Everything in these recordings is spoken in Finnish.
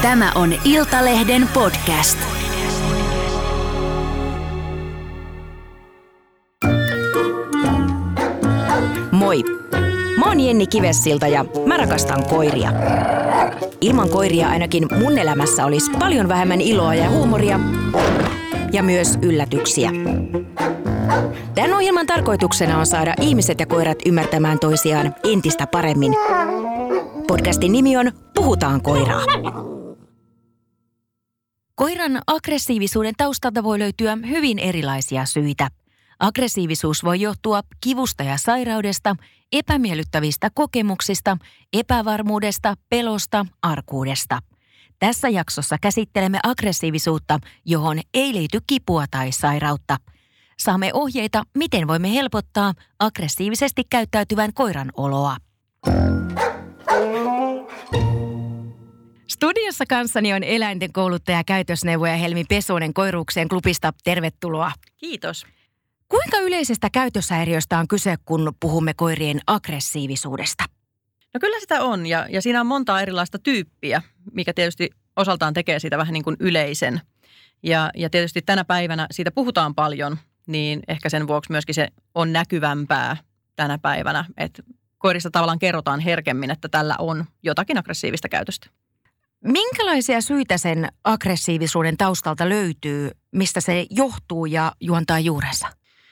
Tämä on Iltalehden podcast. Moi! Mä oon Jenni Kivessilta ja mä rakastan koiria. Ilman koiria ainakin mun elämässä olisi paljon vähemmän iloa ja huumoria ja myös yllätyksiä. Tämän ohjelman tarkoituksena on saada ihmiset ja koirat ymmärtämään toisiaan entistä paremmin. Podcastin nimi on Puhutaan koiraa. Koiran aggressiivisuuden taustalta voi löytyä hyvin erilaisia syitä. Aggressiivisuus voi johtua kivusta ja sairaudesta, epämiellyttävistä kokemuksista, epävarmuudesta, pelosta, arkuudesta. Tässä jaksossa käsittelemme aggressiivisuutta, johon ei liity kipua tai sairautta. Saamme ohjeita, miten voimme helpottaa aggressiivisesti käyttäytyvän koiran oloa. Studiossa kanssani on eläinten kouluttaja ja käytösneuvoja Helmi Pesonen Koiruuksien klubista. Tervetuloa. Kiitos. Kuinka yleisestä käytöshäiriöstä on kyse, kun puhumme koirien aggressiivisuudesta? No kyllä sitä on ja siinä on monta erilaista tyyppiä, mikä tietysti osaltaan tekee siitä vähän niin kuin yleisen. Ja tietysti tänä päivänä siitä puhutaan paljon, niin ehkä sen vuoksi myöskin se on näkyvämpää tänä päivänä, että koirista tavallaan kerrotaan herkemmin, että tällä on jotakin aggressiivista käytöstä. Minkälaisia syitä sen aggressiivisuuden taustalta löytyy, mistä se johtuu ja juontaa juurensa?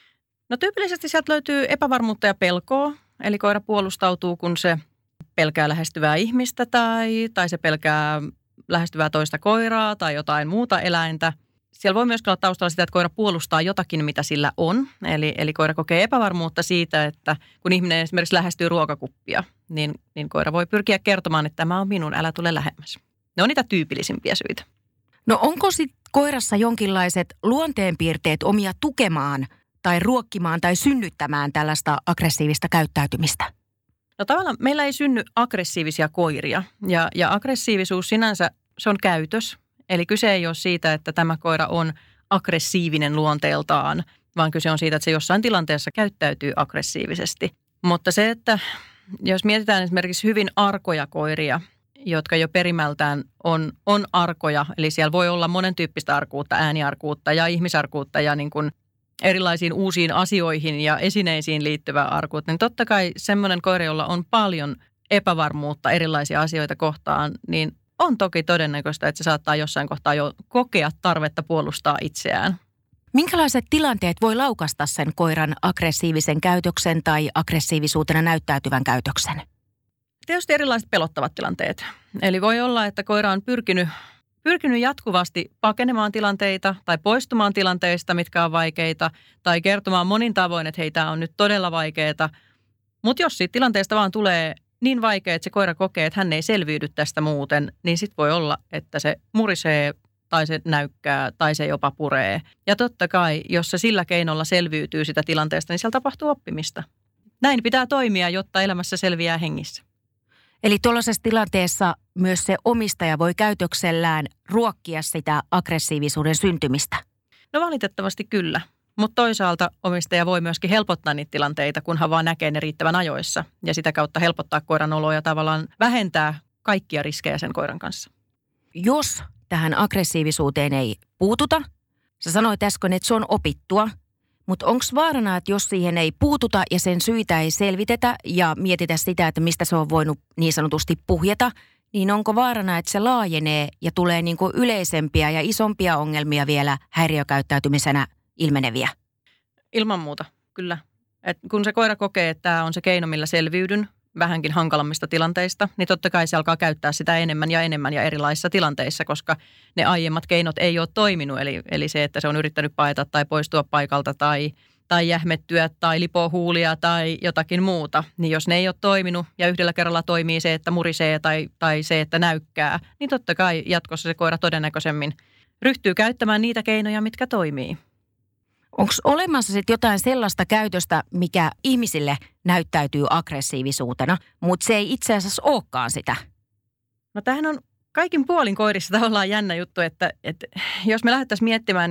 No tyypillisesti sieltä löytyy epävarmuutta ja pelkoa, eli koira puolustautuu, kun se pelkää lähestyvää ihmistä tai se pelkää lähestyvää toista koiraa tai jotain muuta eläintä. Siellä voi myös olla taustalla sitä, että koira puolustaa jotakin, mitä sillä on. Eli koira kokee epävarmuutta siitä, että kun ihminen esimerkiksi lähestyy ruokakuppia, niin koira voi pyrkiä kertomaan, että tämä on minun, älä tule lähemmäs. Ne on niitä tyypillisimpiä syitä. No onko sitten koirassa jonkinlaiset luonteenpiirteet omia tukemaan tai ruokkimaan tai synnyttämään tällaista aggressiivista käyttäytymistä? No tavallaan meillä ei synny aggressiivisia koiria ja aggressiivisuus sinänsä se on käytös. Eli kyse ei ole siitä, että tämä koira on aggressiivinen luonteeltaan, vaan kyse on siitä, että se jossain tilanteessa käyttäytyy aggressiivisesti. Mutta se, että jos mietitään esimerkiksi hyvin arkoja koiria, jotka jo perimältään on arkoja, eli siellä voi olla monen tyyppistä arkuutta, ääniarkuutta ja ihmisarkuutta ja niin kuin erilaisiin uusiin asioihin ja esineisiin liittyvää arkuutta, niin totta kai semmoinen koira, jolla on paljon epävarmuutta erilaisia asioita kohtaan, niin on toki todennäköistä, että se saattaa jossain kohtaa jo kokea tarvetta puolustaa itseään. Minkälaiset tilanteet voi laukasta sen koiran aggressiivisen käytöksen tai aggressiivisuutena näyttäytyvän käytöksen? Tietysti erilaiset pelottavat tilanteet. Eli voi olla, että koira on pyrkinyt jatkuvasti pakenemaan tilanteita tai poistumaan tilanteista, mitkä on vaikeita, tai kertomaan monin tavoin, että hei, tämä on nyt todella vaikeaa. Mutta jos siitä tilanteesta vaan tulee niin vaikea, että se koira kokee, että hän ei selviydy tästä muuten, niin sitten voi olla, että se murisee tai se näykkää tai se jopa puree. Ja totta kai, jos se sillä keinolla selviytyy sitä tilanteesta, niin siellä tapahtuu oppimista. Näin pitää toimia, jotta elämässä selviää hengissä. Eli tuollaisessa tilanteessa myös se omistaja voi käytöksellään ruokkia sitä aggressiivisuuden syntymistä? No valitettavasti kyllä. Mutta toisaalta omistaja voi myöskin helpottaa niitä tilanteita, kunhan vaan näkee ne riittävän ajoissa. Ja sitä kautta helpottaa koiran oloa ja tavallaan vähentää kaikkia riskejä sen koiran kanssa. Jos tähän aggressiivisuuteen ei puututa, sä sanoit äsken, että se on opittua. Mutta onko vaarana, että jos siihen ei puututa ja sen syitä ei selvitetä ja mietitä sitä, että mistä se on voinut niin sanotusti puhjeta, niin onko vaarana, että se laajenee ja tulee niin kuin yleisempiä ja isompia ongelmia vielä häiriökäyttäytymisenä ilmeneviä? Ilman muuta, kyllä. Et kun se koira kokee, että tämä on se keino, millä selviydyn vähänkin hankalammista tilanteista, niin totta kai se alkaa käyttää sitä enemmän ja erilaisissa tilanteissa, koska ne aiemmat keinot ei ole toiminut. Eli se, että se on yrittänyt paeta tai poistua paikalta tai jähmettyä tai lipoa huulia tai jotakin muuta, niin jos ne ei ole toiminut ja yhdellä kerralla toimii se, että murisee tai se, että näykkää, niin totta kai jatkossa se koira todennäköisemmin ryhtyy käyttämään niitä keinoja, mitkä toimii. Onko olemassa sitten jotain sellaista käytöstä, mikä ihmisille näyttäytyy aggressiivisuutena, mutta se ei itse asiassa olekaan sitä? No tämähän on kaikin puolin koirissa tavallaan jännä juttu, että jos me lähdetään miettimään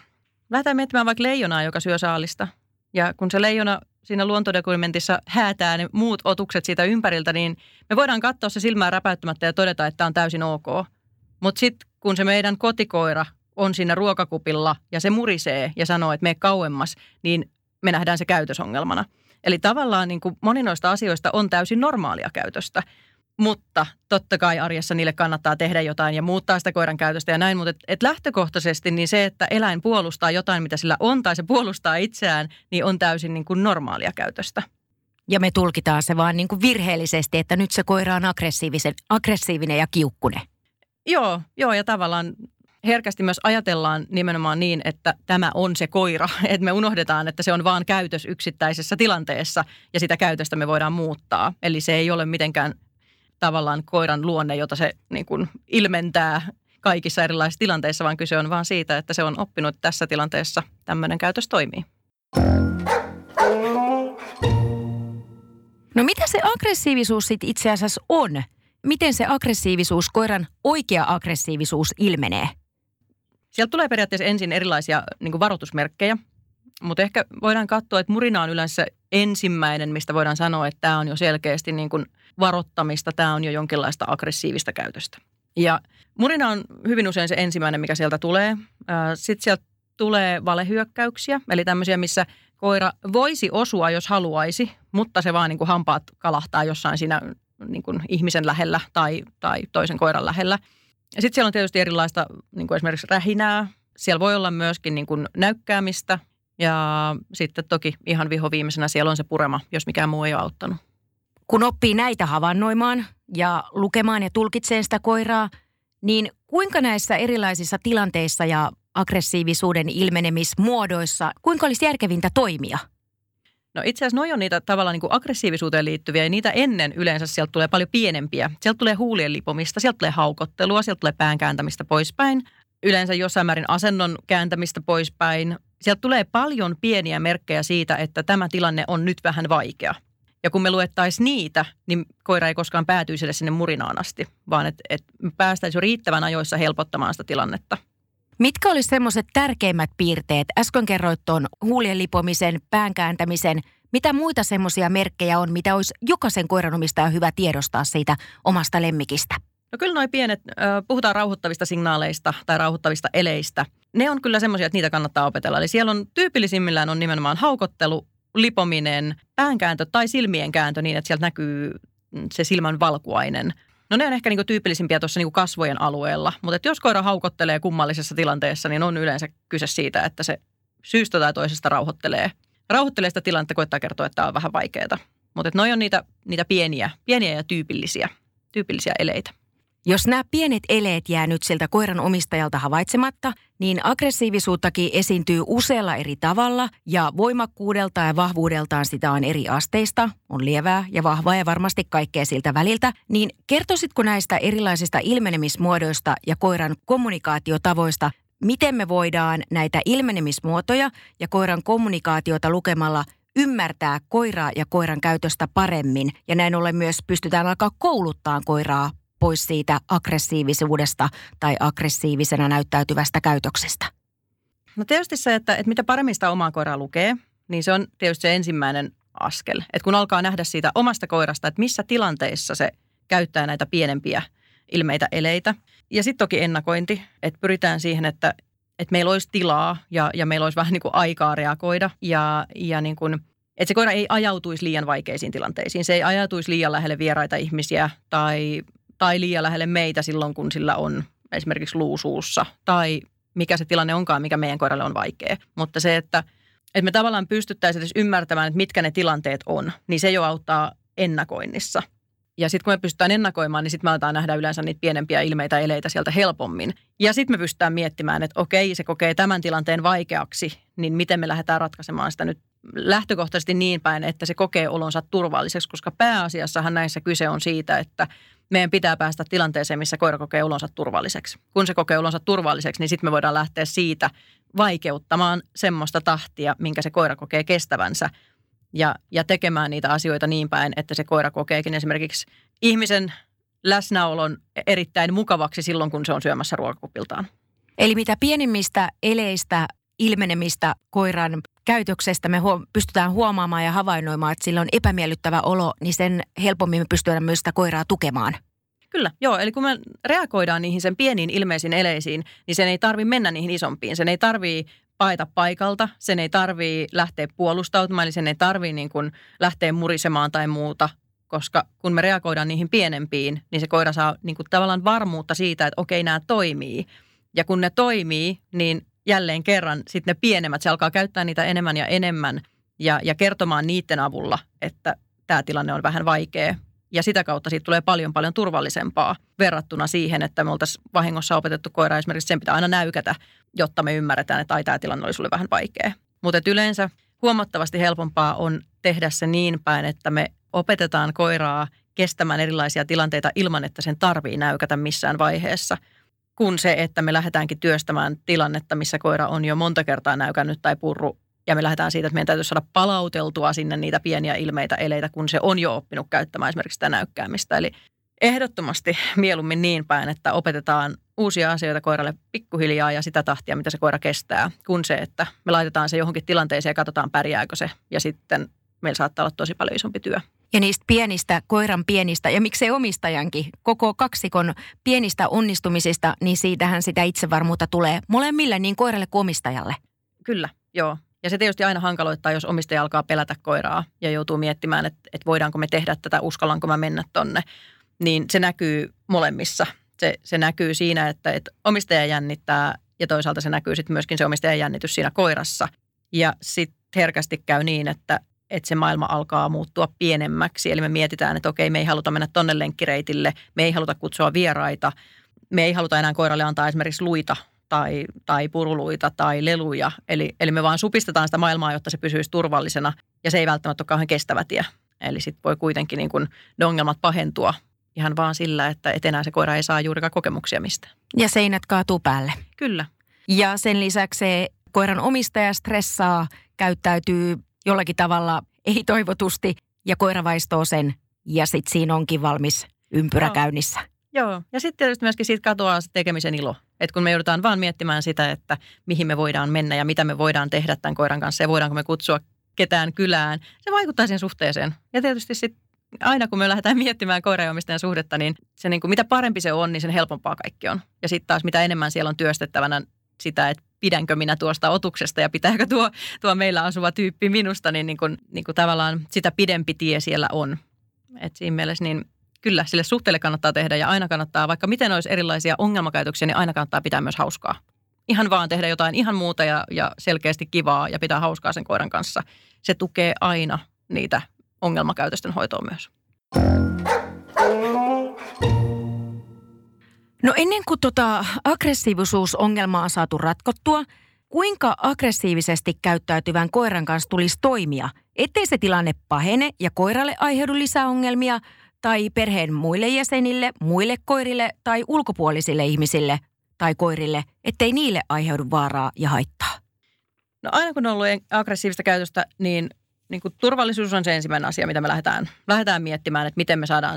vaikka leijonaa, joka syö saalista. Ja kun se leijona siinä luontodokumentissa häätää ne muut otukset siitä ympäriltä, niin me voidaan katsoa se silmää räpäyttämättä ja todeta, että tämä on täysin ok. Mutta sitten kun se meidän kotikoira on siinä ruokakupilla ja se murisee ja sanoo, että mene kauemmas, niin me nähdään se käytösongelmana. Eli tavallaan niin kuin moni noista asioista on täysin normaalia käytöstä, mutta totta kai arjessa niille kannattaa tehdä jotain ja muuttaa sitä koiran käytöstä ja näin. Mutta et lähtökohtaisesti niin se, että eläin puolustaa jotain, mitä sillä on tai se puolustaa itseään, niin on täysin niin kuin normaalia käytöstä. Ja me tulkitaan se vaan niin kuin virheellisesti, että nyt se koira on aggressiivinen ja kiukkunen. Joo, ja tavallaan herkästi myös ajatellaan nimenomaan niin, että tämä on se koira. Että me unohdetaan, että se on vaan käytös yksittäisessä tilanteessa ja sitä käytöstä me voidaan muuttaa. Eli se ei ole mitenkään tavallaan koiran luonne, jota se niin kuin ilmentää kaikissa erilaisissa tilanteissa, vaan kyse on vaan siitä, että se on oppinut, että tässä tilanteessa tämmöinen käytös toimii. No mitä se aggressiivisuus sitten itse asiassa on? Miten se aggressiivisuus, koiran oikea aggressiivisuus ilmenee? Sieltä tulee periaatteessa ensin erilaisia niin kuin varoitusmerkkejä, mutta ehkä voidaan katsoa, että murina on yleensä ensimmäinen, mistä voidaan sanoa, että tämä on jo selkeästi niin kuin varoittamista, tämä on jo jonkinlaista aggressiivista käytöstä. Ja murina on hyvin usein se ensimmäinen, mikä sieltä tulee. Sitten sieltä tulee valehyökkäyksiä, eli tämmöisiä, missä koira voisi osua, jos haluaisi, mutta se vaan niin kuin hampaat kalahtaa jossain siinä niin kuin ihmisen lähellä tai toisen koiran lähellä. Ja sitten siellä on tietysti erilaista niin kuin esimerkiksi rähinää. Siellä voi olla myöskin niin kuin näykkäämistä ja sitten toki ihan vihoviimeisenä siellä on se purema, jos mikään muu ei ole auttanut. Kun oppii näitä havainnoimaan ja lukemaan ja tulkitsee sitä koiraa, niin kuinka näissä erilaisissa tilanteissa ja aggressiivisuuden ilmenemismuodoissa, kuinka olisi järkevintä toimia? No itse asiassa noi on niitä tavallaan niin kuin aggressiivisuuteen liittyviä ja niitä ennen yleensä sieltä tulee paljon pienempiä. Sieltä tulee huulien lipomista, sieltä tulee haukottelua, sieltä tulee pään kääntämistä poispäin. Yleensä jossain määrin asennon kääntämistä poispäin. Sieltä tulee paljon pieniä merkkejä siitä, että tämä tilanne on nyt vähän vaikea. Ja kun me luettaisiin niitä, niin koira ei koskaan päätyisi edes sinne murinaan asti, vaan että me päästäisiin jo riittävän ajoissa helpottamaan sitä tilannetta. Mitkä olisi semmoiset tärkeimmät piirteet? Äsken kerroit tuon huulien lipomisen, pään kääntämisen. Mitä muita semmoisia merkkejä on, mitä olisi jokaisen koiranomistajan hyvä tiedostaa siitä omasta lemmikistä? No kyllä noi pienet, puhutaan rauhoittavista signaaleista tai rauhoittavista eleistä. Ne on kyllä semmoisia, että niitä kannattaa opetella. Eli siellä on tyypillisimmillään on nimenomaan haukottelu, lipominen, päänkääntö tai silmien kääntö niin, että sieltä näkyy se silmän valkuainen. No ne on ehkä niinku tyypillisimpiä tuossa niinku kasvojen alueella, mutta jos koira haukottelee kummallisessa tilanteessa, niin on yleensä kyse siitä, että se syystä tai toisesta rauhoittelee sitä tilannetta, koittaa kertoa, että tämä on vähän vaikeaa. Mutta noi on niitä pieniä ja tyypillisiä eleitä. Jos nämä pienet eleet jää nyt siltä koiran omistajalta havaitsematta, niin aggressiivisuuttakin esiintyy usealla eri tavalla ja voimakkuudelta ja vahvuudeltaan sitä on eri asteista, on lievää ja vahvaa ja varmasti kaikkea siltä väliltä. Niin kertoisitko näistä erilaisista ilmenemismuodoista ja koiran kommunikaatiotavoista, miten me voidaan näitä ilmenemismuotoja ja koiran kommunikaatiota lukemalla ymmärtää koiraa ja koiran käytöstä paremmin ja näin ollen myös pystytään alkaa kouluttaa koiraa pois siitä aggressiivisuudesta tai aggressiivisena näyttäytyvästä käytöksestä? No tietysti se, että mitä paremmin sitä omaa koiraa lukee, niin se on tietysti se ensimmäinen askel. Että kun alkaa nähdä siitä omasta koirasta, että missä tilanteissa se käyttää näitä pienempiä ilmeitä, eleitä. Ja sitten toki ennakointi, että pyritään siihen, että meillä olisi tilaa ja meillä olisi vähän niin kuin aikaa reagoida ja niin kuin, että se koira ei ajautuisi liian vaikeisiin tilanteisiin. Se ei ajautuisi liian lähelle vieraita ihmisiä tai liian lähelle meitä silloin, kun sillä on esimerkiksi luu suussa tai mikä se tilanne onkaan, mikä meidän koiralle on vaikea. Mutta se, että me tavallaan pystyttäisiin edes ymmärtämään, että mitkä ne tilanteet on, niin se jo auttaa ennakoinnissa. Ja sitten kun me pystytään ennakoimaan, niin sitten me aletaan nähdä yleensä niitä pienempiä ilmeitä, eleitä sieltä helpommin. Ja sitten me pystytään miettimään, että okei, se kokee tämän tilanteen vaikeaksi, niin miten me lähdetään ratkaisemaan sitä nyt lähtökohtaisesti niin päin, että se kokee olonsa turvalliseksi, koska pääasiassahan näissä kyse on siitä, että meidän pitää päästä tilanteeseen, missä koira kokee olonsa turvalliseksi. Kun se kokee olonsa turvalliseksi, niin sitten me voidaan lähteä siitä vaikeuttamaan semmoista tahtia, minkä se koira kokee kestävänsä ja tekemään niitä asioita niin päin, että se koira kokeekin esimerkiksi ihmisen läsnäolon erittäin mukavaksi silloin, kun se on syömässä ruokakupiltaan. Eli mitä pienimmistä eleistä, ilmenemistä koiran käytöksestä me pystytään huomaamaan ja havainnoimaan, että sillä on epämiellyttävä olo, niin sen helpommin me pystytään myös sitä koiraa tukemaan. Kyllä, joo. Eli kun me reagoidaan niihin sen pieniin ilmeisiin eleisiin, niin sen ei tarvitse mennä niihin isompiin. Sen ei tarvitse paeta paikalta, sen ei tarvitse lähteä puolustautumaan, eli sen ei tarvitse niin kuin lähteä murisemaan tai muuta, koska kun me reagoidaan niihin pienempiin, niin se koira saa niin kuin tavallaan varmuutta siitä, että okei, nämä toimii. Ja kun ne toimii, niin jälleen kerran sitten ne pienemmät, se alkaa käyttää niitä enemmän ja enemmän ja kertomaan niiden avulla, että tämä tilanne on vähän vaikea. Ja sitä kautta siitä tulee paljon, paljon turvallisempaa verrattuna siihen, että me oltaisiin vahingossa opetettu koira esimerkiksi, sen pitää aina näykätä, jotta me ymmärretään, että ai, tämä tilanne oli sulle vähän vaikea. Mutta yleensä huomattavasti helpompaa on tehdä se niin päin, että me opetetaan koiraa kestämään erilaisia tilanteita ilman, että sen tarvii näykätä missään vaiheessa, kun se, että me lähdetäänkin työstämään tilannetta, missä koira on jo monta kertaa näykännyt tai purru. Ja me lähdetään siitä, että meidän täytyy saada palauteltua sinne niitä pieniä ilmeitä, eleitä, kun se on jo oppinut käyttämään esimerkiksi sitä näykkäämistä. Eli ehdottomasti mieluummin niin päin, että opetetaan uusia asioita koiralle pikkuhiljaa ja sitä tahtia, mitä se koira kestää, kun se, että me laitetaan se johonkin tilanteeseen ja katsotaan, pärjääkö se. Ja sitten meillä saattaa olla tosi paljon isompi työ. Ja niistä pienistä, koiran pienistä ja miksei omistajankin, koko kaksikon pienistä onnistumisista, niin siitähän sitä itsevarmuutta tulee molemmille, niin koiralle kuin omistajalle. Kyllä, joo. Ja se tietysti aina hankaloittaa, jos omistaja alkaa pelätä koiraa ja joutuu miettimään, että voidaanko me tehdä tätä, uskallanko mä mennä tonne. Niin se näkyy molemmissa. Se näkyy siinä, että omistaja jännittää ja toisaalta se näkyy sitten myöskin se omistajan jännitys siinä koirassa. Ja sitten herkästi käy niin, että se maailma alkaa muuttua pienemmäksi. Eli me mietitään, että okei, me ei haluta mennä tonne lenkkireitille, me ei haluta kutsua vieraita, me ei haluta enää koiralle antaa esimerkiksi luita tai puruluita tai leluja. Eli me vaan supistetaan sitä maailmaa, jotta se pysyisi turvallisena ja se ei välttämättä ole kauhean kestävä tie. Eli sitten voi kuitenkin niin kun ne ongelmat pahentua ihan vaan sillä, että enää se koira ei saa juurikaan kokemuksia mistään. Ja seinät kaatuu päälle. Kyllä. Ja sen lisäksi se koiran omistaja stressaa, käyttäytyy jollakin tavalla ei-toivotusti ja koira vaistoo sen ja sitten siinä onkin valmis ympyrä käynnissä. Joo, ja sitten tietysti myöskin siitä katoaa se tekemisen ilo. Että kun me joudutaan vaan miettimään sitä, että mihin me voidaan mennä ja mitä me voidaan tehdä tämän koiran kanssa ja voidaanko me kutsua ketään kylään, se vaikuttaa siihen suhteeseen. Ja tietysti sitten aina kun me lähdetään miettimään koiran ja omistajan suhdetta, niin se niin kuin, mitä parempi se on, niin sen helpompaa kaikki on. Ja sitten taas mitä enemmän siellä on työstettävänä sitä, että pidänkö minä tuosta otuksesta ja pitääkö tuo meillä asuva tyyppi minusta, niin kuin tavallaan sitä pidempi tie siellä on. Et siinä mielessä niin kyllä sille suhteelle kannattaa tehdä ja aina kannattaa, vaikka miten olisi erilaisia ongelmakäytöksiä, niin aina kannattaa pitää myös hauskaa. Ihan vaan tehdä jotain ihan muuta ja selkeästi kivaa ja pitää hauskaa sen koiran kanssa. Se tukee aina niitä ongelmakäytösten hoitoa myös. No ennen kuin aggressiivisuusongelmaa on saatu ratkottua, kuinka aggressiivisesti käyttäytyvän koiran kanssa tulisi toimia, ettei se tilanne pahene ja koiralle aiheudu lisää ongelmia tai perheen muille jäsenille, muille koirille tai ulkopuolisille ihmisille tai koirille, ettei niille aiheudu vaaraa ja haittaa? No aina kun on ollut aggressiivista käytöstä, niin kuin turvallisuus on se ensimmäinen asia, mitä me lähdetään miettimään, että miten me saadaan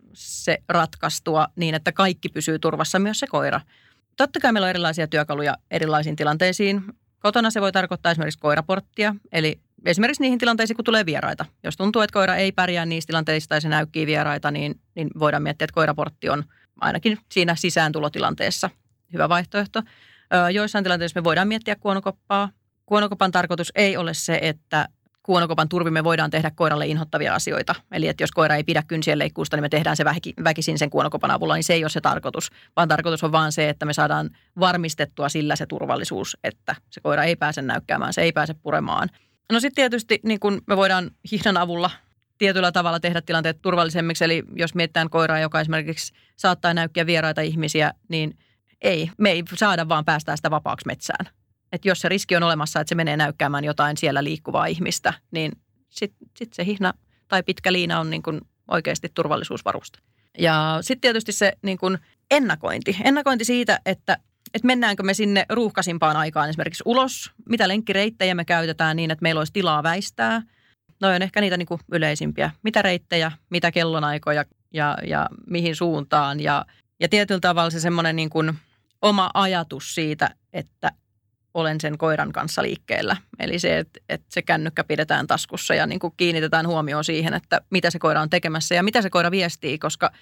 se ratkaistua niin, että kaikki pysyy turvassa, myös se koira. Totta kai meillä on erilaisia työkaluja erilaisiin tilanteisiin. Kotona se voi tarkoittaa esimerkiksi koiraporttia, eli esimerkiksi niihin tilanteisiin, kun tulee vieraita. Jos tuntuu, että koira ei pärjää niissä tilanteissa tai se näykkii vieraita, niin voidaan miettiä, että koiraportti on ainakin siinä sisääntulotilanteessa hyvä vaihtoehto. Joissain tilanteissa me voidaan miettiä kuonokoppaa. Kuonokopan tarkoitus ei ole se, että kuonokopan turvin me voidaan tehdä koiralle inhottavia asioita. Eli että jos koira ei pidä kynsien leikkuusta, niin me tehdään se väkisin sen kuonokopan avulla, niin se ei ole se tarkoitus. Vaan tarkoitus on vaan se, että me saadaan varmistettua sillä se turvallisuus, että se koira ei pääse näykkäämään, se ei pääse puremaan. No sitten tietysti niin kun me voidaan hihnan avulla tietyllä tavalla tehdä tilanteet turvallisemmiksi. Eli jos mietitään koiraa, joka esimerkiksi saattaa näykkiä vieraita ihmisiä, niin me ei saada vaan päästää sitä vapaaksi metsään. Että jos se riski on olemassa, että se menee näykkäämään jotain siellä liikkuvaa ihmistä, niin sit se hihna tai pitkä liina on niin kuin oikeasti turvallisuusvaruste. Ja sitten tietysti se niin kuin ennakointi siitä, että mennäänkö me sinne ruuhkaisimpaan aikaan esimerkiksi ulos, mitä lenkkireittejä me käytetään niin, että meillä olisi tilaa väistää. No on ehkä niitä niin kuin yleisimpiä, mitä reittejä, mitä kellonaikoja ja mihin suuntaan. Ja tietyllä tavalla se semmoinen niin kuin oma ajatus siitä, että olen sen koiran kanssa liikkeellä. Eli se, että se kännykkä pidetään taskussa ja niin kuin kiinnitetään huomioon siihen, että mitä se koira on tekemässä ja mitä se koira viestii, koska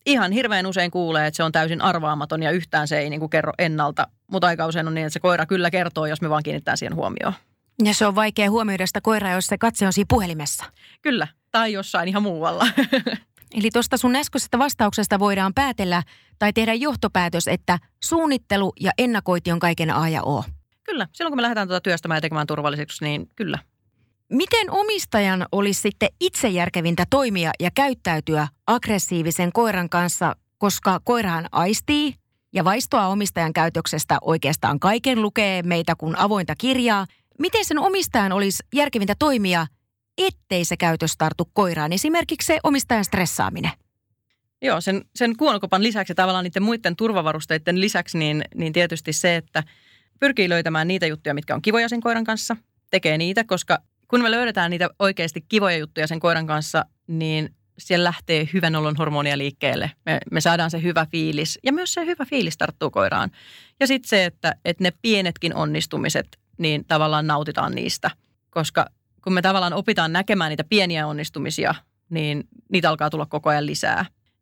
ihan hirveän usein kuulee, että se on täysin arvaamaton ja yhtään se ei niin kuin kerro ennalta. Mutta aika usein on niin, että se koira kyllä kertoo, jos me vaan kiinnitetään siihen huomioon. Ja se on vaikea huomioida sitä koiraa, jos se katse on siinä puhelimessa. Kyllä, tai jossain ihan muualla. Eli tuosta sun äskeisestä vastauksesta voidaan päätellä tai tehdä johtopäätös, että suunnittelu ja ennakointi on kaiken A ja O. Kyllä, silloin kun me lähdetään tuota työstämään ja tekemään turvalliseksi, niin kyllä. Miten omistajan olisi sitten itse järkevintä toimia ja käyttäytyä aggressiivisen koiran kanssa, koska koirahan aistii ja vaistoaa omistajan käytöksestä oikeastaan kaiken, lukee meitä kuin avointa kirjaa. Miten sen omistajan olisi järkevintä toimia, ettei se käytös tartu koiraan, esimerkiksi se omistajan stressaaminen? Joo, sen kuonokopan lisäksi tavallaan niiden muiden turvavarusteiden lisäksi, niin tietysti se, että pyrkii löytämään niitä juttuja, mitkä on kivoja sen koiran kanssa, tekee niitä, koska kun me löydetään niitä oikeasti kivoja juttuja sen koiran kanssa, niin siellä lähtee hyvän olon hormonia liikkeelle. Me saadaan se hyvä fiilis ja myös se hyvä fiilis tarttuu koiraan. Ja sitten se, että ne pienetkin onnistumiset, niin tavallaan nautitaan niistä, koska kun me tavallaan opitaan näkemään niitä pieniä onnistumisia, niin niitä alkaa tulla koko ajan lisää.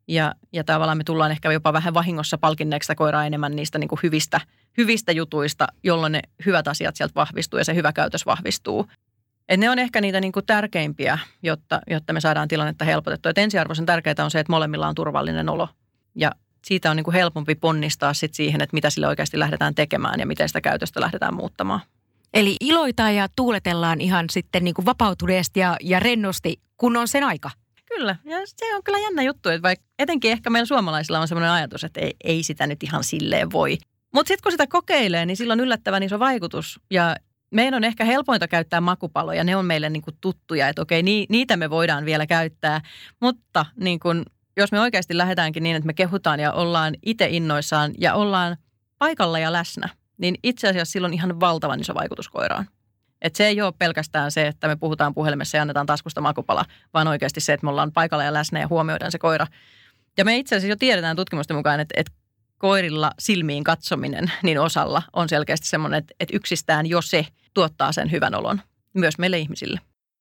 Ja tavallaan me tullaan ehkä jopa vähän vahingossa palkinneeksi sitä koiraa enemmän niistä niin kuin hyvistä jutuista, jolloin ne hyvät asiat sieltä vahvistuu ja se hyvä käytös vahvistuu. Et ne on ehkä niitä niin kuin tärkeimpiä, jotta me saadaan tilannetta helpotettua. Et ensiarvoisen tärkeää on se, että molemmilla on turvallinen olo. Ja siitä on niin kuin helpompi ponnistaa sit siihen, että mitä sille oikeasti lähdetään tekemään ja miten sitä käytöstä lähdetään muuttamaan. Eli iloitaan ja tuuletellaan ihan sitten niin kuin vapautuneesti ja rennosti, kun on sen aika. Kyllä, ja se on kyllä jännä juttu, että vaikka etenkin ehkä meillä suomalaisilla on sellainen ajatus, että ei sitä nyt ihan silleen voi. Mutta sitten kun sitä kokeilee, niin sillä on yllättävän iso vaikutus. Ja meidän on ehkä helpointa käyttää makupaloja, ne on meille niinku tuttuja, että okei, niitä me voidaan vielä käyttää. Mutta niin kun, jos me oikeasti lähdetäänkin niin, että me kehutaan ja ollaan itse innoissaan ja ollaan paikalla ja läsnä, niin itse asiassa sillä on ihan valtavan iso vaikutus koiraan. Että se ei ole pelkästään se, että me puhutaan puhelimessa ja annetaan taskusta makupala, vaan oikeasti se, että me ollaan paikalla ja läsnä ja huomioidaan se koira. Ja me itse asiassa jo tiedetään tutkimusten mukaan, että koirilla silmiin katsominen niin osalla on selkeästi semmoinen, että yksistään jo se tuottaa sen hyvän olon myös meille ihmisille.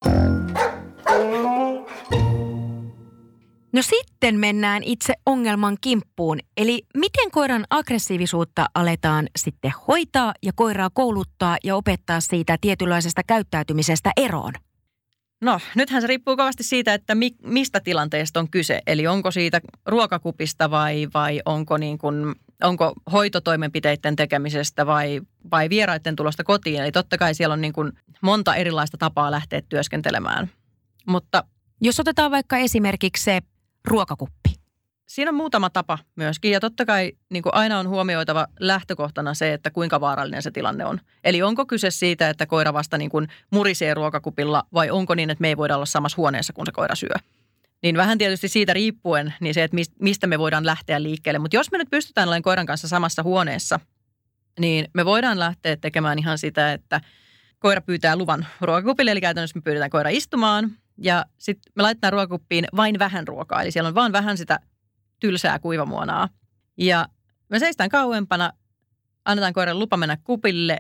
No sitten mennään itse ongelman kimppuun. Eli miten koiran aggressiivisuutta aletaan sitten hoitaa ja koiraa kouluttaa ja opettaa siitä tietynlaisesta käyttäytymisestä eroon? No, nythän se riippuu kovasti siitä, että mistä tilanteesta on kyse. Eli onko siitä ruokakupista vai onko hoitotoimenpiteiden tekemisestä vai vieraiden tulosta kotiin. Eli totta kai siellä on niin kuin monta erilaista tapaa lähteä työskentelemään. Mutta jos otetaan vaikka esimerkiksi se ruokakuppi. Siinä on muutama tapa myöskin ja totta kai niin kuin aina on huomioitava lähtökohtana se, että kuinka vaarallinen se tilanne on. Eli onko kyse siitä, että koira vasta niin kuin murisee ruokakupilla vai onko niin, että me ei voida olla samassa huoneessa, kun se koira syö. Niin vähän tietysti siitä riippuen niin se, että mistä me voidaan lähteä liikkeelle. Mutta jos me nyt pystytään olemaan koiran kanssa samassa huoneessa, niin me voidaan lähteä tekemään ihan sitä, että koira pyytää luvan ruokakupille. Eli käytännössä me pyydetään koira istumaan ja sitten me laitetaan ruokakuppiin vain vähän ruokaa. Eli siellä on vaan vähän sitä tylsää kuivamuonaa. Ja me seistään kauempana, annetaan koiran lupa mennä kupille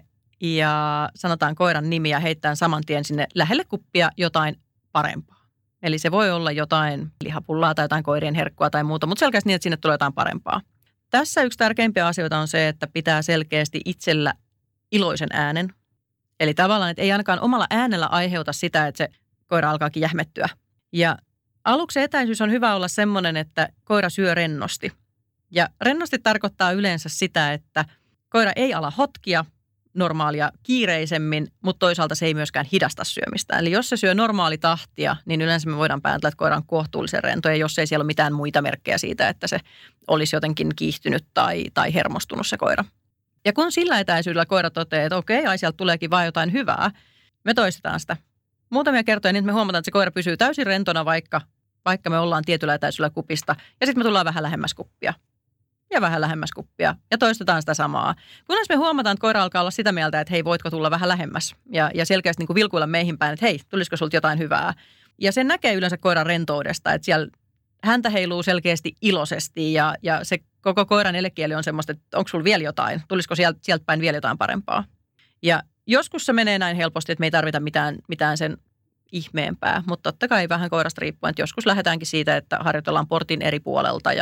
ja sanotaan koiran nimi ja heittää saman tien sinne lähelle kuppia jotain parempaa. Eli se voi olla jotain lihapullaa tai jotain koirien herkkua tai muuta, mutta selkeästi niin, että sinne tulee jotain parempaa. Tässä yksi tärkeimpiä asioita on se, että pitää selkeästi itsellä iloisen äänen. Eli tavallaan, että ei ainakaan omalla äänellä aiheuta sitä, että se koira alkaakin jähmettyä. Ja aluksi etäisyys on hyvä olla semmoinen, että koira syö rennosti. Ja rennosti tarkoittaa yleensä sitä, että koira ei ala hotkia normaalia kiireisemmin, mutta toisaalta se ei myöskään hidasta syömistä. Eli jos se syö normaalitahtia, niin yleensä me voidaan päätellä, että koira on kohtuullisen rento. Ja jos ei siellä ole mitään muita merkkejä siitä, että se olisi jotenkin kiihtynyt tai hermostunut se koira. Ja kun sillä etäisyydellä koira toteaa, että okei, sieltä tuleekin vaan jotain hyvää, me toistetaan sitä muutamia kertoja niin, että me huomataan, että se koira pysyy täysin rentona, vaikka me ollaan tietyllä etäisyydellä kupista. Ja sitten me tullaan vähän lähemmäs kuppia. Ja vähän lähemmäs kuppia. Ja toistetaan sitä samaa. Kunnes me huomataan, että koira alkaa olla sitä mieltä, että hei, voitko tulla vähän lähemmäs. Ja selkeästi niin kuin vilkuilla meihin päin, että hei, tulisiko sulta jotain hyvää. Ja sen näkee yleensä koiran rentoudesta, että siellä häntä heiluu selkeästi iloisesti. Ja se koko koiran elekieli on semmoista, että onko sulla vielä jotain? Tulisiko sieltä päin vielä jotain parempaa? Ja joskus se menee näin helposti, että me ei tarvita mitään sen ihmeempää, mutta totta kai vähän koirasta riippuen, että joskus lähdetäänkin siitä, että harjoitellaan portin eri puolelta ja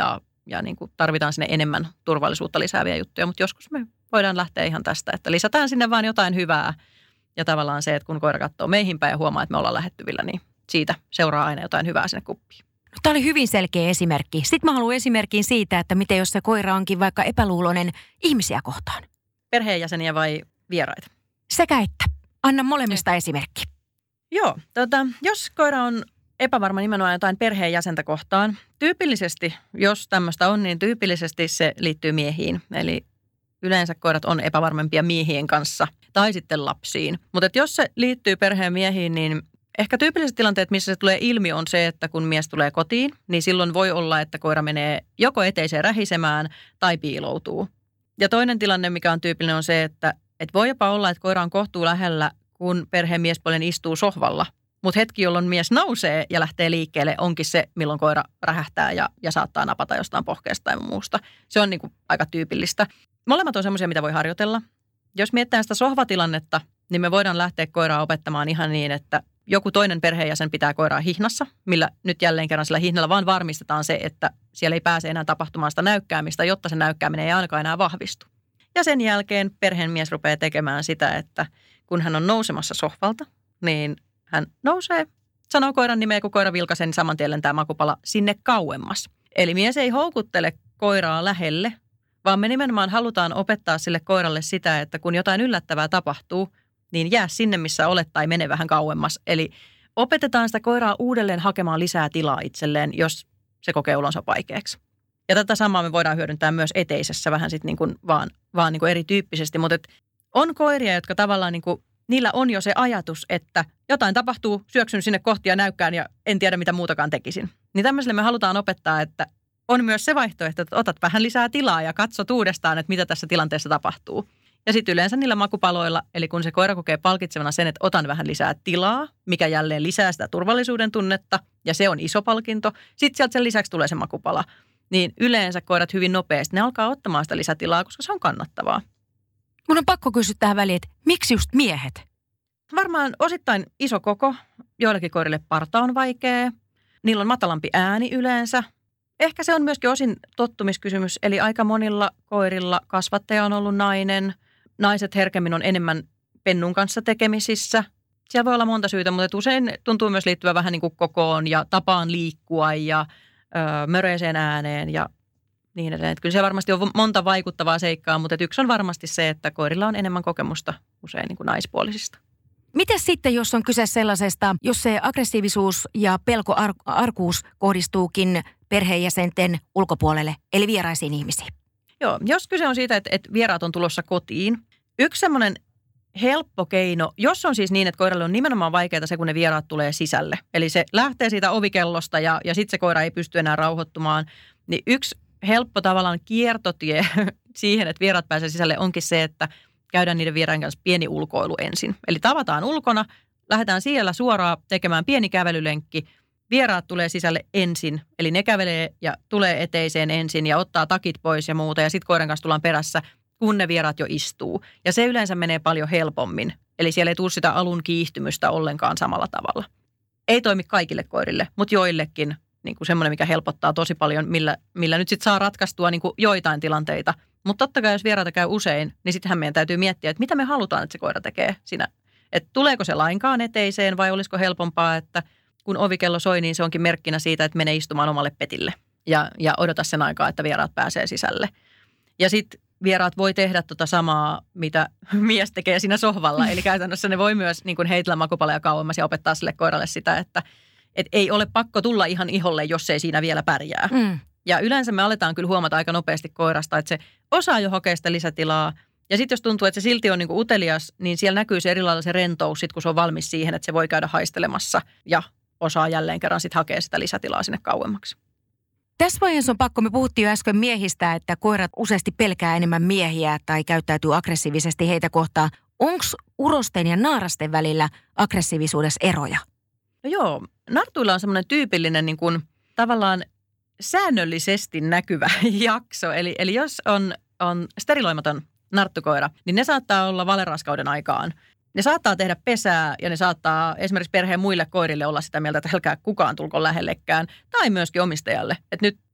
ja niin kuin tarvitaan sinne enemmän turvallisuutta lisääviä juttuja. Mutta joskus me voidaan lähteä ihan tästä, että lisätään sinne vaan jotain hyvää. Ja tavallaan se, että kun koira katsoo meihin päin ja huomaa, että me ollaan lähettyvillä, niin siitä seuraa aina jotain hyvää sinne kuppiin. No, tämä oli hyvin selkeä esimerkki. Sitten mä haluan esimerkin siitä, että miten jos se koira onkin vaikka epäluuloinen ihmisiä kohtaan. Perheenjäseniä vai vieraita? Sekä että. Anna molemmista esimerkki. Joo, jos koira on epävarma nimenomaan jotain perheenjäsentä kohtaan, tyypillisesti, jos tämmöistä on, niin tyypillisesti se liittyy miehiin. Eli yleensä koirat on epävarmempia miehien kanssa tai sitten lapsiin. Mutta jos se liittyy perheen miehiin, niin ehkä tyypilliset tilanteet, missä se tulee ilmi, on se, että kun mies tulee kotiin, niin silloin voi olla, että koira menee joko eteiseen rähisemään tai piiloutuu. Ja toinen tilanne, mikä on tyypillinen, on se, että voi jopa olla, että koira on kohtuu lähellä, kun perheen miespuolinen istuu sohvalla. Mutta hetki, jolloin mies nousee ja lähtee liikkeelle, onkin se, milloin koira rähähtää ja saattaa napata jostain pohkeesta tai muusta. Se on niinku aika tyypillistä. Molemmat on semmoisia, mitä voi harjoitella. Jos mietitään sitä sohvatilannetta, niin me voidaan lähteä koiraa opettamaan ihan niin, että joku toinen perheenjäsen pitää koiraa hihnassa, millä nyt jälleen kerran sillä hihnalla vaan varmistetaan se, että siellä ei pääse enää tapahtumaan sitä näykkäämistä, jotta se näykkääminen ei ainakaan enää vahvistu. Ja sen jälkeen perheenmies rupeaa tekemään sitä, että kun hän on nousemassa sohvalta, niin hän nousee, sanoo koiran nimeä, kun koira vilkaisee, niin saman tien lentää makupala sinne kauemmas. Eli mies ei houkuttele koiraa lähelle, vaan me nimenomaan halutaan opettaa sille koiralle sitä, että kun jotain yllättävää tapahtuu, niin jää sinne, missä olet tai mene vähän kauemmas. Eli opetetaan sitä koiraa uudelleen hakemaan lisää tilaa itselleen, jos se kokee olonsa vaikeaksi. Ja tätä samaa me voidaan hyödyntää myös eteisessä vähän sitten niin kuin vaan niin kuin erityyppisesti. Mutta on koiria, jotka tavallaan niin kuin, niillä on jo se ajatus, että jotain tapahtuu, syöksyn sinne kohti ja näykkään ja en tiedä mitä muutakaan tekisin. Niin tämmöiselle me halutaan opettaa, että on myös se vaihtoehto, että otat vähän lisää tilaa ja katsot uudestaan, että mitä tässä tilanteessa tapahtuu. Ja sitten yleensä niillä makupaloilla, eli kun se koira kokee palkitsevana sen, että otan vähän lisää tilaa, mikä jälleen lisää sitä turvallisuuden tunnetta, ja se on iso palkinto. Sitten sieltä sen lisäksi tulee se makupala. Niin yleensä koirat hyvin nopeasti, ne alkaa ottamaan sitä lisätilaa, koska se on kannattavaa. Mun on pakko kysyä tähän väliin, että miksi just miehet? Varmaan osittain iso koko, joillakin koirille parta on vaikea, niillä on matalampi ääni yleensä. Ehkä se on myöskin osin tottumiskysymys, eli aika monilla koirilla kasvattaja on ollut nainen. Naiset herkemmin on enemmän pennun kanssa tekemisissä. Siellä voi olla monta syytä, mutta usein tuntuu myös liittyvä vähän niin kuin kokoon ja tapaan liikkua ja möreiseen ääneen ja niin edelleen. Että kyllä siellä varmasti on monta vaikuttavaa seikkaa, mutta yksi on varmasti se, että koirilla on enemmän kokemusta usein niin kuin naispuolisista. Miten sitten, jos on kyse sellaisesta, jos se aggressiivisuus ja pelkoarkuus kohdistuukin perheenjäsenten ulkopuolelle, eli vieraisiin ihmisiin? Joo, jos kyse on siitä, että vieraat on tulossa kotiin. Yksi semmoinen helppo keino, jos on siis niin, että koiralle on nimenomaan vaikeaa se, kun ne vieraat tulee sisälle. Eli se lähtee siitä ovikellosta ja sitten se koira ei pysty enää rauhoittumaan. Niin yksi helppo tavallaan kiertotie siihen, että vieraat pääsee sisälle onkin se, että käydään niiden vieraiden kanssa pieni ulkoilu ensin. Eli tavataan ulkona, lähdetään siellä suoraan tekemään pieni kävelylenkki. Vieraat tulee sisälle ensin, eli ne kävelee ja tulee eteiseen ensin ja ottaa takit pois ja muuta. Ja sitten koiran kanssa tullaan perässä, kun ne vieraat jo istuu. Ja se yleensä menee paljon helpommin. Eli siellä ei tule sitä alun kiihtymystä ollenkaan samalla tavalla. Ei toimi kaikille koirille, mutta joillekin niin kuin semmoinen, mikä helpottaa tosi paljon, millä nyt sitten saa ratkaistua niin kuin joitain tilanteita. Mutta totta kai, jos vieraita käy usein, niin sittenhän meidän täytyy miettiä, että mitä me halutaan, että se koira tekee siinä. Että tuleeko se lainkaan eteiseen vai olisiko helpompaa, että kun ovikello soi, niin se onkin merkkinä siitä, että menee istumaan omalle petille ja odota sen aikaa, että vieraat pääsee sisälle. Ja sitten vieraat voi tehdä samaa, mitä mies tekee siinä sohvalla. Eli käytännössä ne voi myös niin kuin heitellä makupaleja kauemmas ja opettaa sille koiralle sitä, että ei ole pakko tulla ihan iholle, jos ei siinä vielä pärjää. Ja yleensä me aletaan kyllä huomata aika nopeasti koirasta, että se osaa jo hakea sitä lisätilaa. Ja sitten jos tuntuu, että se silti on niinku utelias, niin siellä näkyy se erilainen se rentous, sit kun se on valmis siihen, että se voi käydä haistelemassa ja osaa jälleen kerran sitten hakea sitä lisätilaa sinne kauemmaksi. Tässä vaiheessa on pakko, me puhuttiin jo äsken miehistä, että koirat useasti pelkää enemmän miehiä tai käyttäytyy aggressiivisesti heitä kohtaan. Onko urosten ja naarasten välillä aggressiivisuudessa eroja? No joo, nartuilla on semmoinen tyypillinen niin kuin, tavallaan säännöllisesti näkyvä jakso. Eli jos on steriloimaton narttukoira, niin ne saattaa olla valeraskauden aikaan. Ne saattaa tehdä pesää ja ne saattaa esimerkiksi perheen muille koirille olla sitä mieltä, että älkää kukaan tulko lähellekään. Tai myöskin omistajalle. Että nyt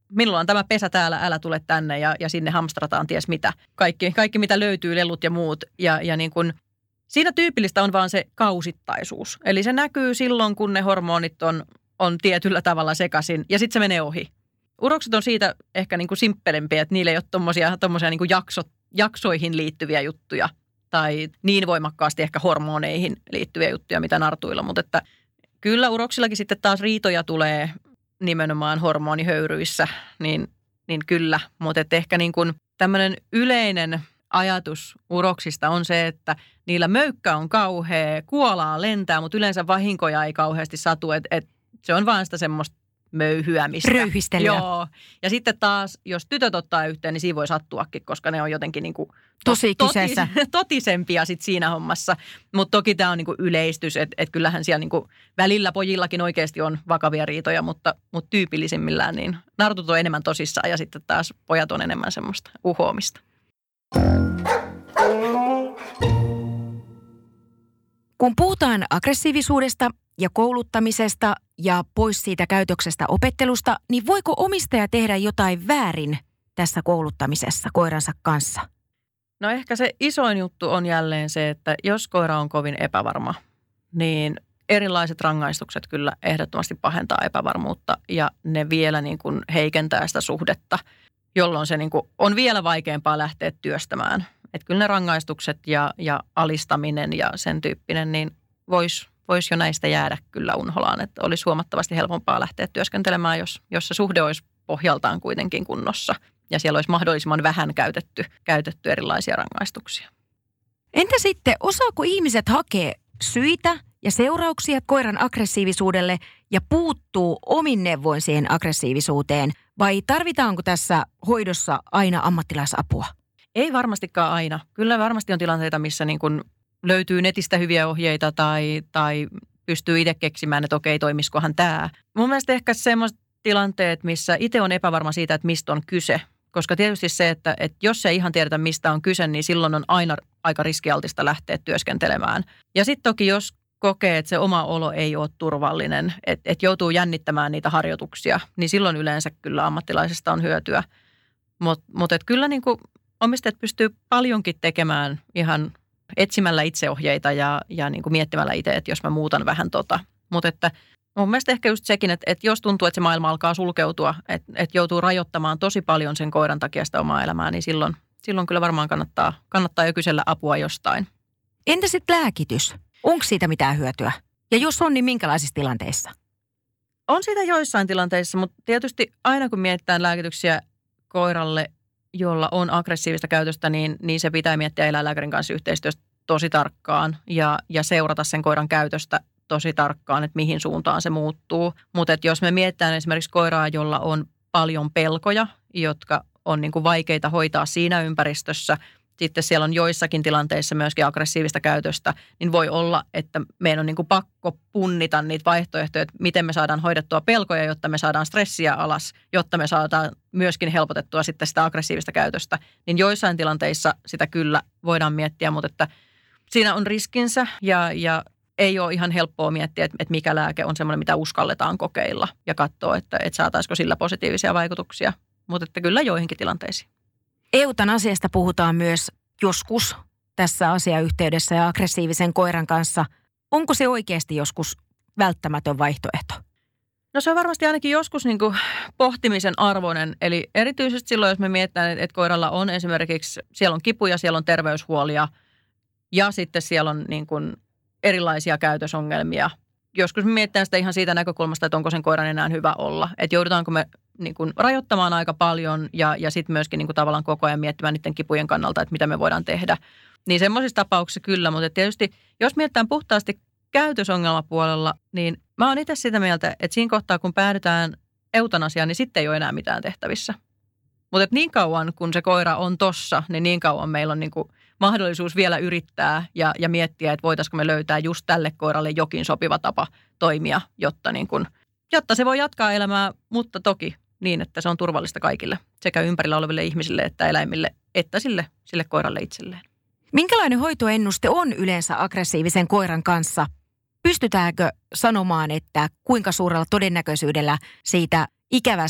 minulla on tämä pesä täällä, älä tule tänne ja sinne hamstrataan ties mitä. Kaikki mitä löytyy, lelut ja muut. Ja niin kuin, siinä tyypillistä on vaan se kausittaisuus. Eli se näkyy silloin, kun ne hormonit on tietyllä tavalla sekaisin ja sitten se menee ohi. Urokset on siitä ehkä niin kuin simppelempiä, että niillä ei ole tommosia niin kuin jaksoihin liittyviä juttuja tai niin voimakkaasti ehkä hormoneihin liittyviä juttuja, mitä nartuilla. Mutta että kyllä uroksillakin sitten taas riitoja tulee nimenomaan hormonihöyryissä, niin kyllä. Mutta ehkä niin kuin tämmöinen yleinen ajatus uroksista on se, että niillä möykkä on kauhea, kuolaa lentää, mutta yleensä vahinkoja ei kauheasti satu, että se on vaan sitä semmoista möyhyämistä. Röyhistelyä. Joo. Ja sitten taas, jos tytöt ottaa yhteen, niin siinä voi sattuakin, koska ne on jotenkin niin kuin tosi kyseessä. Totisempia sit siinä hommassa. Mutta toki tämä on niin kuin yleistys, että kyllähän siellä niin kuin välillä pojillakin oikeasti on vakavia riitoja, mutta tyypillisimmillään niin nartut on enemmän tosissaan ja sitten taas pojat on enemmän semmoista uhoamista. Kun puhutaan aggressiivisuudesta ja kouluttamisesta ja pois siitä käytöksestä opettelusta, niin voiko omistaja tehdä jotain väärin tässä kouluttamisessa koiransa kanssa? No ehkä se isoin juttu on jälleen se, että jos koira on kovin epävarma, niin erilaiset rangaistukset kyllä ehdottomasti pahentaa epävarmuutta ja ne vielä niin kuin heikentää sitä suhdetta, jolloin se niin kuin on vielä vaikeampaa lähteä työstämään. Että kyllä ne rangaistukset ja alistaminen ja sen tyyppinen, niin voisi jo näistä jäädä kyllä unholaan. Että olisi huomattavasti helpompaa lähteä työskentelemään, jos se suhde olisi pohjaltaan kuitenkin kunnossa. Ja siellä olisi mahdollisimman vähän käytetty erilaisia rangaistuksia. Entä sitten, osaako ihmiset hakea syitä ja seurauksia koiran aggressiivisuudelle ja puuttuu omin neuvoin siihen aggressiivisuuteen? Vai tarvitaanko tässä hoidossa aina ammattilaisapua? Ei varmastikaan aina. Kyllä varmasti on tilanteita, missä niin kuin löytyy netistä hyviä ohjeita tai pystyy itse keksimään, että okei, toimiskohan tämä. Mun mielestä ehkä semmoiset tilanteet, missä itse on epävarma siitä, että mistä on kyse. Koska tietysti se, että jos ei ihan tiedetä, mistä on kyse, niin silloin on aina aika riskialtista lähteä työskentelemään. Ja sitten toki, jos kokee, että se oma olo ei ole turvallinen, että joutuu jännittämään niitä harjoituksia, niin silloin yleensä kyllä ammattilaisesta on hyötyä. Mutta kyllä niin kuin omistajat pystyy paljonkin tekemään ihan etsimällä itseohjeita ja niin kuin miettimällä itse, että jos mä muutan vähän Mutta että mun mielestä ehkä just sekin, että jos tuntuu, että se maailma alkaa sulkeutua, että joutuu rajoittamaan tosi paljon sen koiran takia sitä omaa elämää, niin silloin kyllä varmaan kannattaa jo kysellä apua jostain. Entä sitten lääkitys? Onko siitä mitään hyötyä? Ja jos on, niin minkälaisissa tilanteissa? On siitä joissain tilanteissa, mutta tietysti aina kun mietitään lääkityksiä koiralle, jolla on aggressiivista käytöstä, niin se pitää miettiä eläinlääkärin kanssa yhteistyössä tosi tarkkaan ja seurata sen koiran käytöstä tosi tarkkaan, että mihin suuntaan se muuttuu. Mutta jos me mietitään esimerkiksi koiraa, jolla on paljon pelkoja, jotka on niin kuin vaikeita hoitaa siinä ympäristössä, sitten siellä on joissakin tilanteissa myöskin aggressiivista käytöstä, niin voi olla, että meidän on niin kuin pakko punnita niitä vaihtoehtoja, että miten me saadaan hoidettua pelkoja, jotta me saadaan stressiä alas, jotta me saadaan myöskin helpotettua sitten sitä aggressiivista käytöstä. Niin joissain tilanteissa sitä kyllä voidaan miettiä, mutta että siinä on riskinsä ja ei ole ihan helppoa miettiä, että mikä lääke on semmoinen, mitä uskalletaan kokeilla ja katsoa, että saataisiko sillä positiivisia vaikutuksia, mutta että kyllä joihinkin tilanteisiin. Eutanasiasta puhutaan myös joskus tässä asiayhteydessä ja aggressiivisen koiran kanssa. Onko se oikeasti joskus välttämätön vaihtoehto? No se on varmasti ainakin joskus niin kuin pohtimisen arvoinen. Eli erityisesti silloin, jos me mietitään, että koiralla on esimerkiksi, siellä on kipuja, siellä on terveyshuolia ja sitten siellä on niin kuin erilaisia käytösongelmia. Joskus me mietitään sitä ihan siitä näkökulmasta, että onko sen koiran enää hyvä olla. Että joudutaanko me niin kuin rajoittamaan aika paljon ja sitten myöskin niin kuin tavallaan koko ajan miettimään niiden kipujen kannalta, että mitä me voidaan tehdä. Niin semmoisissa tapauksissa kyllä, mutta tietysti jos mietitään puhtaasti käytösongelmapuolella, niin mä oon itse sitä mieltä, että siinä kohtaa kun päädytään eutanasiaan, niin sitten ei ole enää mitään tehtävissä. Mutta niin kauan kun se koira on tossa, niin kauan meillä on niin kuin mahdollisuus vielä yrittää ja miettiä, että voitaisiko me löytää just tälle koiralle jokin sopiva tapa toimia, jotta se voi jatkaa elämää, mutta toki niin, että se on turvallista kaikille, sekä ympärillä oleville ihmisille että eläimille, että sille koiralle itselleen. Minkälainen hoitoennuste on yleensä aggressiivisen koiran kanssa? Pystytäänkö sanomaan, että kuinka suurella todennäköisyydellä siitä ikävästä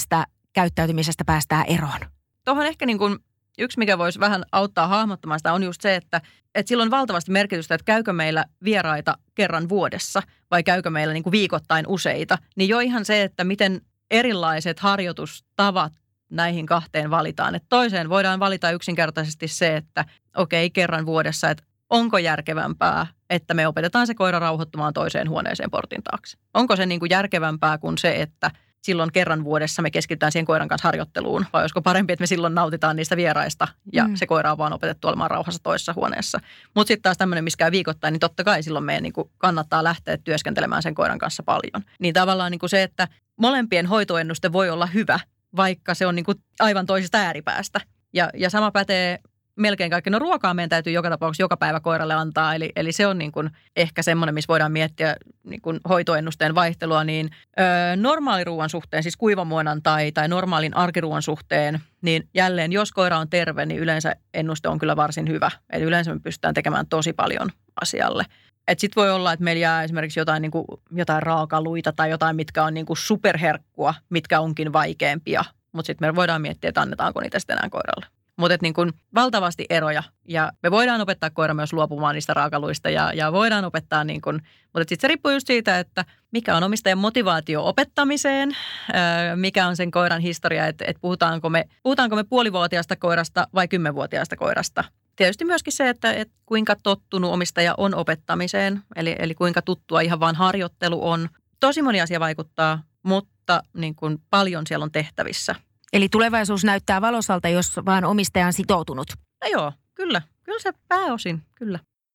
käyttäytymisestä päästään eroon? Tuohon ehkä niin kuin yksi, mikä voisi vähän auttaa hahmottamaan sitä, on just se, että sillä on valtavasti merkitystä, että käykö meillä vieraita kerran vuodessa vai käykö meillä niin kuin viikoittain useita. Niin jo ihan se, että miten erilaiset harjoitustavat näihin kahteen valitaan. Että toiseen voidaan valita yksinkertaisesti se, että okei, kerran vuodessa, että onko järkevämpää, että me opetetaan se koira rauhoittumaan toiseen huoneeseen portin taakse. Onko se niin kuin järkevämpää kuin se, että silloin kerran vuodessa me keskitytään siihen koiran kanssa harjoitteluun, vai olisiko parempi, että me silloin nautitaan niistä vieraista ja se koira on vaan opetettu olemaan rauhassa toisessa huoneessa. Mutta sitten taas tämmöinen, missä käy viikoittain, niin totta kai silloin meidän niin kuin kannattaa lähteä työskentelemään sen koiran kanssa paljon. Niin tavallaan niin kuin se, että molempien hoitoennuste voi olla hyvä, vaikka se on niin kuin aivan toisesta ääripäästä. Ja sama pätee melkein kaikki. No ruokaa meidän täytyy joka tapauksessa joka päivä koiralle antaa, eli se on niin kuin ehkä semmoinen, missä voidaan miettiä niin kuin hoitoennusteen vaihtelua, niin normaaliruuan suhteen, siis kuivamuonan tai normaalin arkiruuan suhteen, niin jälleen jos koira on terve, niin yleensä ennuste on kyllä varsin hyvä. Eli yleensä me pystytään tekemään tosi paljon asialle. Sitten voi olla, että meillä jää esimerkiksi jotain raakaluita tai jotain, mitkä on niin kuin superherkkua, mitkä onkin vaikeampia, mutta sitten me voidaan miettiä, että annetaanko niitä sitten enää koiralle. Mutta niin kuin valtavasti eroja ja me voidaan opettaa koira myös luopumaan niistä raakaluista ja voidaan opettaa niin kuin, mutta sitten se riippuu just siitä, että mikä on omistajan motivaatio opettamiseen, mikä on sen koiran historia, että puhutaanko me puolivuotiaasta koirasta vai 10-vuotiaasta koirasta. Tietysti myöskin se, että kuinka tottunut omistaja on opettamiseen, eli kuinka tuttua ihan vaan harjoittelu on. Tosi moni asia vaikuttaa, mutta niin kuin paljon siellä on tehtävissä. Eli tulevaisuus näyttää valosalta, jos vaan omistaja on sitoutunut. No joo, kyllä. Kyllä se pääosin, kyllä.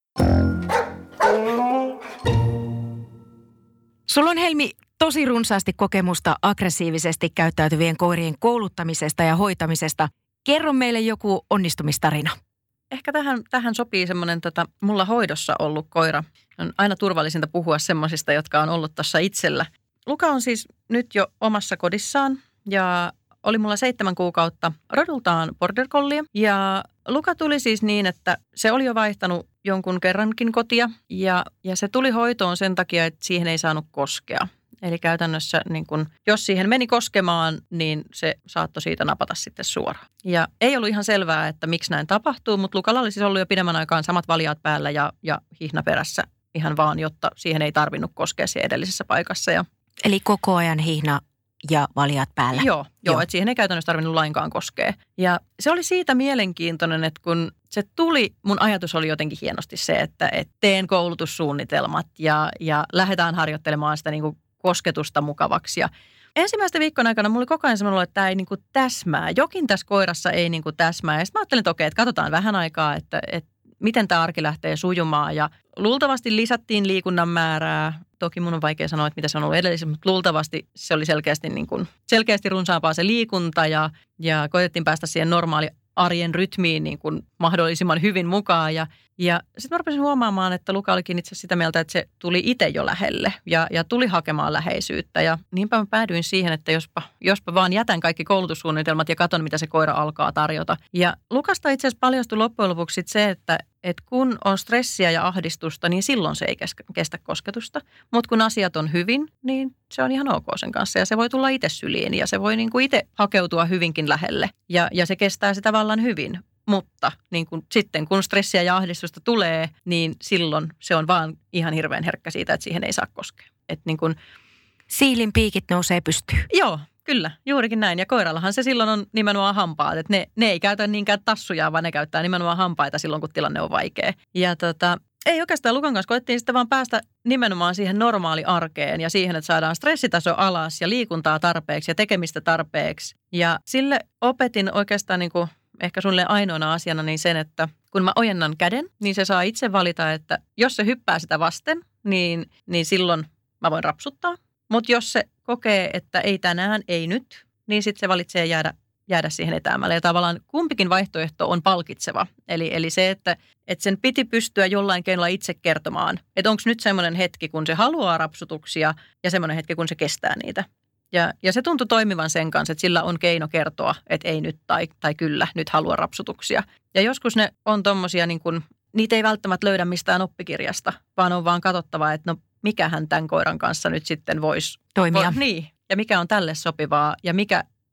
Sulla on, Helmi, tosi runsaasti kokemusta aggressiivisesti käyttäytyvien koirien kouluttamisesta ja hoitamisesta. Kerro meille joku onnistumistarina. Ehkä tähän sopii semmoinen mulla hoidossa ollut koira. On aina turvallisinta puhua semmoisista, jotka on ollut tuossa itsellä. Luka on siis nyt jo omassa kodissaan ja oli mulla 7 kuukautta rodultaan border collie. Ja Luka tuli siis niin, että se oli jo vaihtanut jonkun kerrankin kotia ja se tuli hoitoon sen takia, että siihen ei saanut koskea. Eli käytännössä niin kun, jos siihen meni koskemaan, niin se saattoi siitä napata sitten suoraan. Ja ei ollut ihan selvää, että miksi näin tapahtuu, mutta Lukalla oli siis ollut jo pidemmän aikaan samat valjaat päällä ja hihna perässä ihan vaan, jotta siihen ei tarvinnut koskea siellä edellisessä paikassa. Eli koko ajan hihna ja valjaat päällä. Joo, että siihen ei käytännössä tarvinnut lainkaan koskea. Ja se oli siitä mielenkiintoinen, että kun se tuli, mun ajatus oli jotenkin hienosti se, että teen koulutussuunnitelmat ja lähdetään harjoittelemaan sitä niin kuin kosketusta mukavaksi. Ja ensimmäisten viikkojen aikana mulla oli koko ajan semmoinen, että tämä ei niin kuin täsmää. Jokin tässä koirassa ei niin kuin täsmää. Ja sitten mä ajattelin, että okei, että katsotaan vähän aikaa, että miten tämä arki lähtee sujumaan. Ja luultavasti lisättiin liikunnan määrää. Toki mun on vaikea sanoa, että mitä se on ollut edellisessä, mutta luultavasti se oli selkeästi runsaampaa se liikunta ja koetettiin päästä siihen normaali arjen rytmiin niin kuin mahdollisimman hyvin mukaan. Ja sitten mä rupesin huomaamaan, että Luka olikin itse sitä mieltä, että se tuli itse jo lähelle ja tuli hakemaan läheisyyttä. Ja niinpä mä päädyin siihen, että jospa vaan jätän kaikki koulutussuunnitelmat ja katon, mitä se koira alkaa tarjota. Ja Lukasta itse asiassa paljastui loppujen lopuksi se, että kun on stressiä ja ahdistusta, niin silloin se ei kestä kosketusta. Mutta kun asiat on hyvin, niin se on ihan ok sen kanssa. Ja se voi tulla itse syliin ja se voi niin kuin itse hakeutua hyvinkin lähelle. Ja se kestää sitä vallan hyvin. Mutta niin kun, sitten kun stressiä ja ahdistusta tulee, niin silloin se on vaan ihan hirveän herkkä siitä, että siihen ei saa koskea. Niin kun, siilin piikit nousee pystyyn. Joo, kyllä, juurikin näin. Ja koirallahan se silloin on nimenomaan hampaat. Että ne ei käytä niinkään tassuja, vaan ne käyttää nimenomaan hampaita silloin, kun tilanne on vaikea. Ja ei oikeastaan Lukan kanssa koettiin sitten vaan päästä nimenomaan siihen normaali arkeen ja siihen, että saadaan stressitaso alas ja liikuntaa tarpeeksi ja tekemistä tarpeeksi. Ja sille opetin oikeastaan niin kuin ehkä sulle ainoana asiana niin sen, että kun mä ojennan käden, niin se saa itse valita, että jos se hyppää sitä vasten, niin silloin mä voin rapsuttaa. Mutta jos se kokee, että ei tänään, ei nyt, niin sitten se valitsee jäädä siihen etäämälle. Ja tavallaan kumpikin vaihtoehto on palkitseva. Eli se, että sen piti pystyä jollain keinolla itse kertomaan, että onko nyt semmoinen hetki, kun se haluaa rapsutuksia ja semmoinen hetki, kun se kestää niitä. Ja se tuntui toimivan sen kanssa, että sillä on keino kertoa, että ei nyt tai kyllä, nyt haluaa rapsutuksia. Ja joskus ne on tommosia, niin kun, niitä ei välttämättä löydä mistään oppikirjasta, vaan on vaan katsottava, että no mikähän tämän koiran kanssa nyt sitten voisi toimia. Niin, ja mikä on tälle sopivaa ja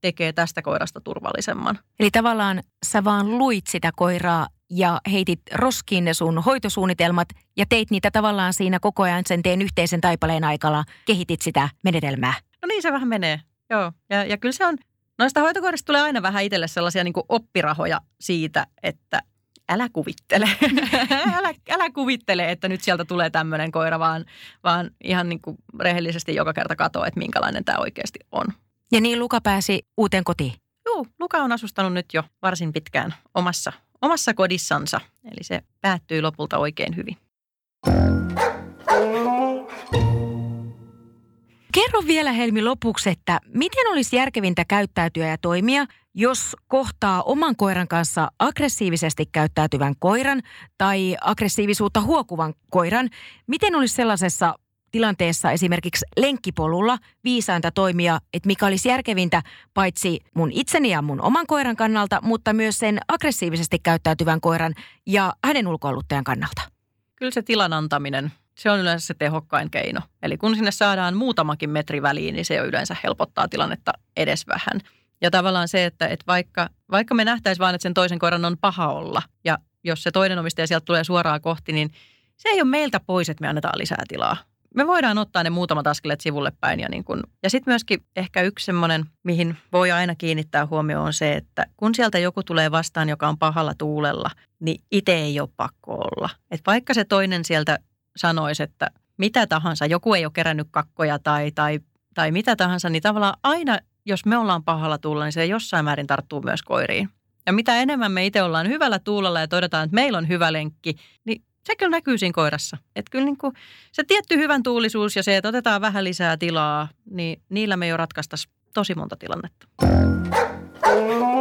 tekee tästä koirasta turvallisemman. Eli tavallaan sä vaan luit sitä koiraa ja heitit roskiin ne sun hoitosuunnitelmat ja teit niitä tavallaan siinä koko ajan sen teen yhteisen taipaleen aikana, kehitit sitä menetelmää. No niin se vähän menee, joo. Ja kyllä se on, noista hoitokoirista tulee aina vähän itselle sellaisia niin kuin oppirahoja siitä, että älä kuvittele. älä kuvittele, että nyt sieltä tulee tämmöinen koira, vaan ihan niin kuin rehellisesti joka kerta katsoa, että minkälainen tämä oikeasti on. Ja niin Luka pääsi uuteen kotiin? Joo, Luka on asustanut nyt jo varsin pitkään omassa kodissansa, eli se päättyi lopulta oikein hyvin. Kerro vielä Helmi lopuksi, että miten olisi järkevintä käyttäytyä ja toimia, jos kohtaa oman koiran kanssa aggressiivisesti käyttäytyvän koiran tai aggressiivisuutta huokuvan koiran. Miten olisi sellaisessa tilanteessa esimerkiksi lenkkipolulla viisainta toimia, että mikä olisi järkevintä paitsi mun itseni ja mun oman koiran kannalta, mutta myös sen aggressiivisesti käyttäytyvän koiran ja hänen ulkoiluttajan kannalta? Kyllä se tilan antaminen, se on yleensä se tehokkain keino. Eli kun sinne saadaan muutamakin metri väliin, niin se jo yleensä helpottaa tilannetta edes vähän. Ja tavallaan se, että vaikka me nähtäisiin vaan, että sen toisen koiran on paha olla, ja jos se toinen omistaja sieltä tulee suoraan kohti, niin se ei ole meiltä pois, että me annetaan lisää tilaa. Me voidaan ottaa ne muutamat askeleet sivulle päin. Ja sitten myöskin ehkä yksi semmoinen, mihin voi aina kiinnittää huomioon on se, että kun sieltä joku tulee vastaan, joka on pahalla tuulella, niin itse ei ole pakko olla. Että vaikka se toinen sieltä sanoisi, että mitä tahansa, joku ei ole kerännyt kakkoja tai mitä tahansa, niin tavallaan aina, jos me ollaan pahalla tuulella, niin se jossain määrin tarttuu myös koiriin. Ja mitä enemmän me itse ollaan hyvällä tuulella ja todetaan, että meillä on hyvä lenkki, niin se kyllä näkyy siinä koirassa. Että kyllä niin kuin se tietty hyvän tuulisuus ja se, että otetaan vähän lisää tilaa, niin niillä me jo ratkaistaisiin tosi monta tilannetta.